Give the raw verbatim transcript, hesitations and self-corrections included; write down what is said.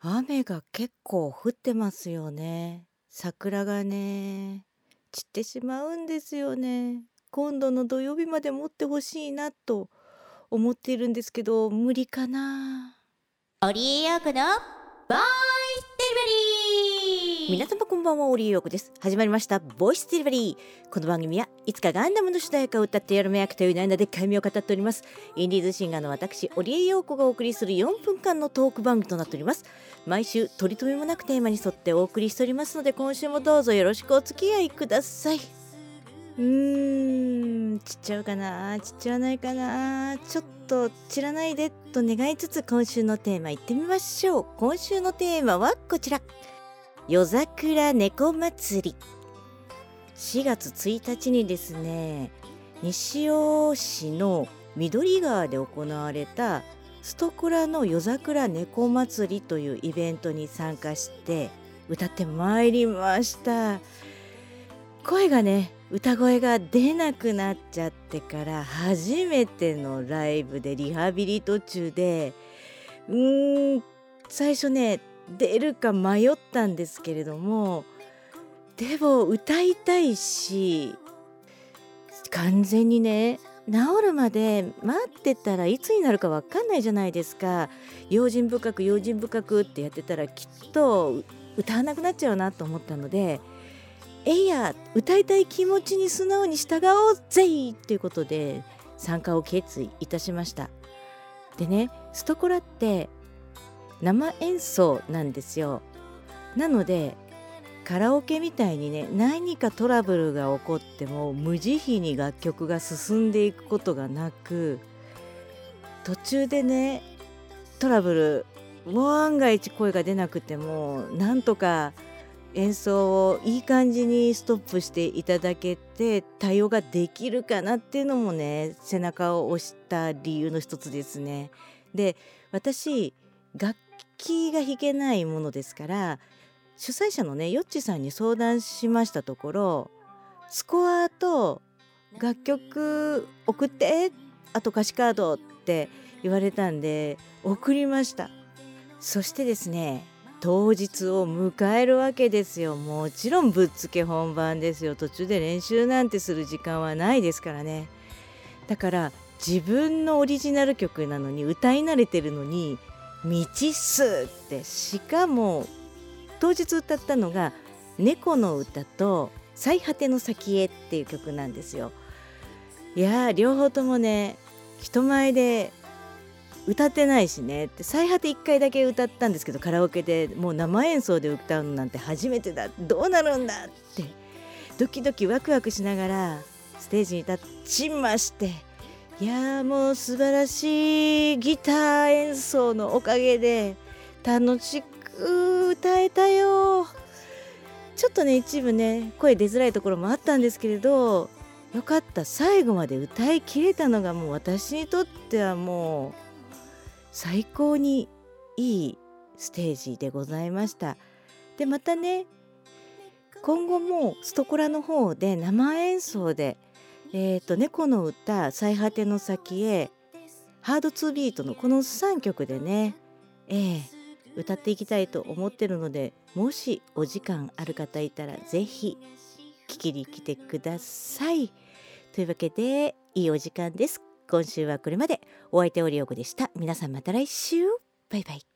雨が結構降ってますよね。桜がね、散ってしまうんですよね。今度の土曜日まで持ってほしいなと思っているんですけど、無理かな。 オリエヨークのボイスデリバリー。 皆様こんばんは、オリエヨークです。始まりましたボイスデリバリー。この番組はいつかガンダムの主題歌を歌ってやるめ役という悩んだでっかい目を語っております。インディーズシンガーの私オリエヨークがお送りするよんぷんかんのトーク番組となっております。毎週取り留めもなくテーマに沿ってお送りしておりますので、今週もどうぞよろしくお付き合いください。うーん散っちゃうかな、散っちゃわないかな、ちょっと散らないでと願いつつ、今週のテーマいってみましょう。今週のテーマはこちら、夜桜猫祭り。しがつついたちにですね、西尾市の緑川で行われたストコラの夜桜猫祭りというイベントに参加して歌ってまいりました。声がね、歌声が出なくなっちゃってから初めてのライブでリハビリ途中で、うーん最初ね出るか迷ったんですけれども、でも歌いたいし、完全にね治るまで待ってたらいつになるか分かんないじゃないですか。用心深く用心深くってやってたらきっと歌わなくなっちゃうなと思ったので、えいや歌いたい気持ちに素直に従おうぜいということで参加を決意いたしました。でね、ストコラって生演奏なんですよ。なのでカラオケみたいにね、何かトラブルが起こっても無慈悲に楽曲が進んでいくことがなく、途中でねトラブル、万が一声が出なくてもなんとか演奏をいい感じにストップしていただけて対応ができるかなっていうのもね、背中を押した理由の一つですね。で、私楽器が弾けないものですから、主催者のねヨッチさんに相談しましたところ、スコアと楽曲送って、あと歌詞カードって言われたんで送りました。そしてですね、当日を迎えるわけですよ。もちろんぶっつけ本番ですよ。途中で練習なんてする時間はないですからね。だから自分のオリジナル曲なのに、歌い慣れてるのに未知数って、しかも当日歌ったのが猫の歌と最果ての先へっていう曲なんですよ。いやー両方ともね、人前で歌ってないしねって。最果ていっかいだけ歌ったんですけど、カラオケでもう生演奏で歌うのなんて初めてだ、どうなるんだってドキドキワクワクしながらステージに立ちまして、いやーもう素晴らしいギター演奏のおかげで楽しく歌えたよ。ちょっとね一部ね声出づらいところもあったんですけれど、よかった、最後まで歌い切れたのがもう私にとってはもう最高にいいステージでございました。でまたね、今後もストコラの方で生演奏で、えーと猫の歌、最果ての先へ、ハードツービートのこのさんきょくでね、えー、歌っていきたいと思ってるので、もしお時間ある方いたらぜひ聴きに来てください。というわけでいいお時間です。今週はこれまで。お相手オリオコでした。皆さんまた来週、バイバイ。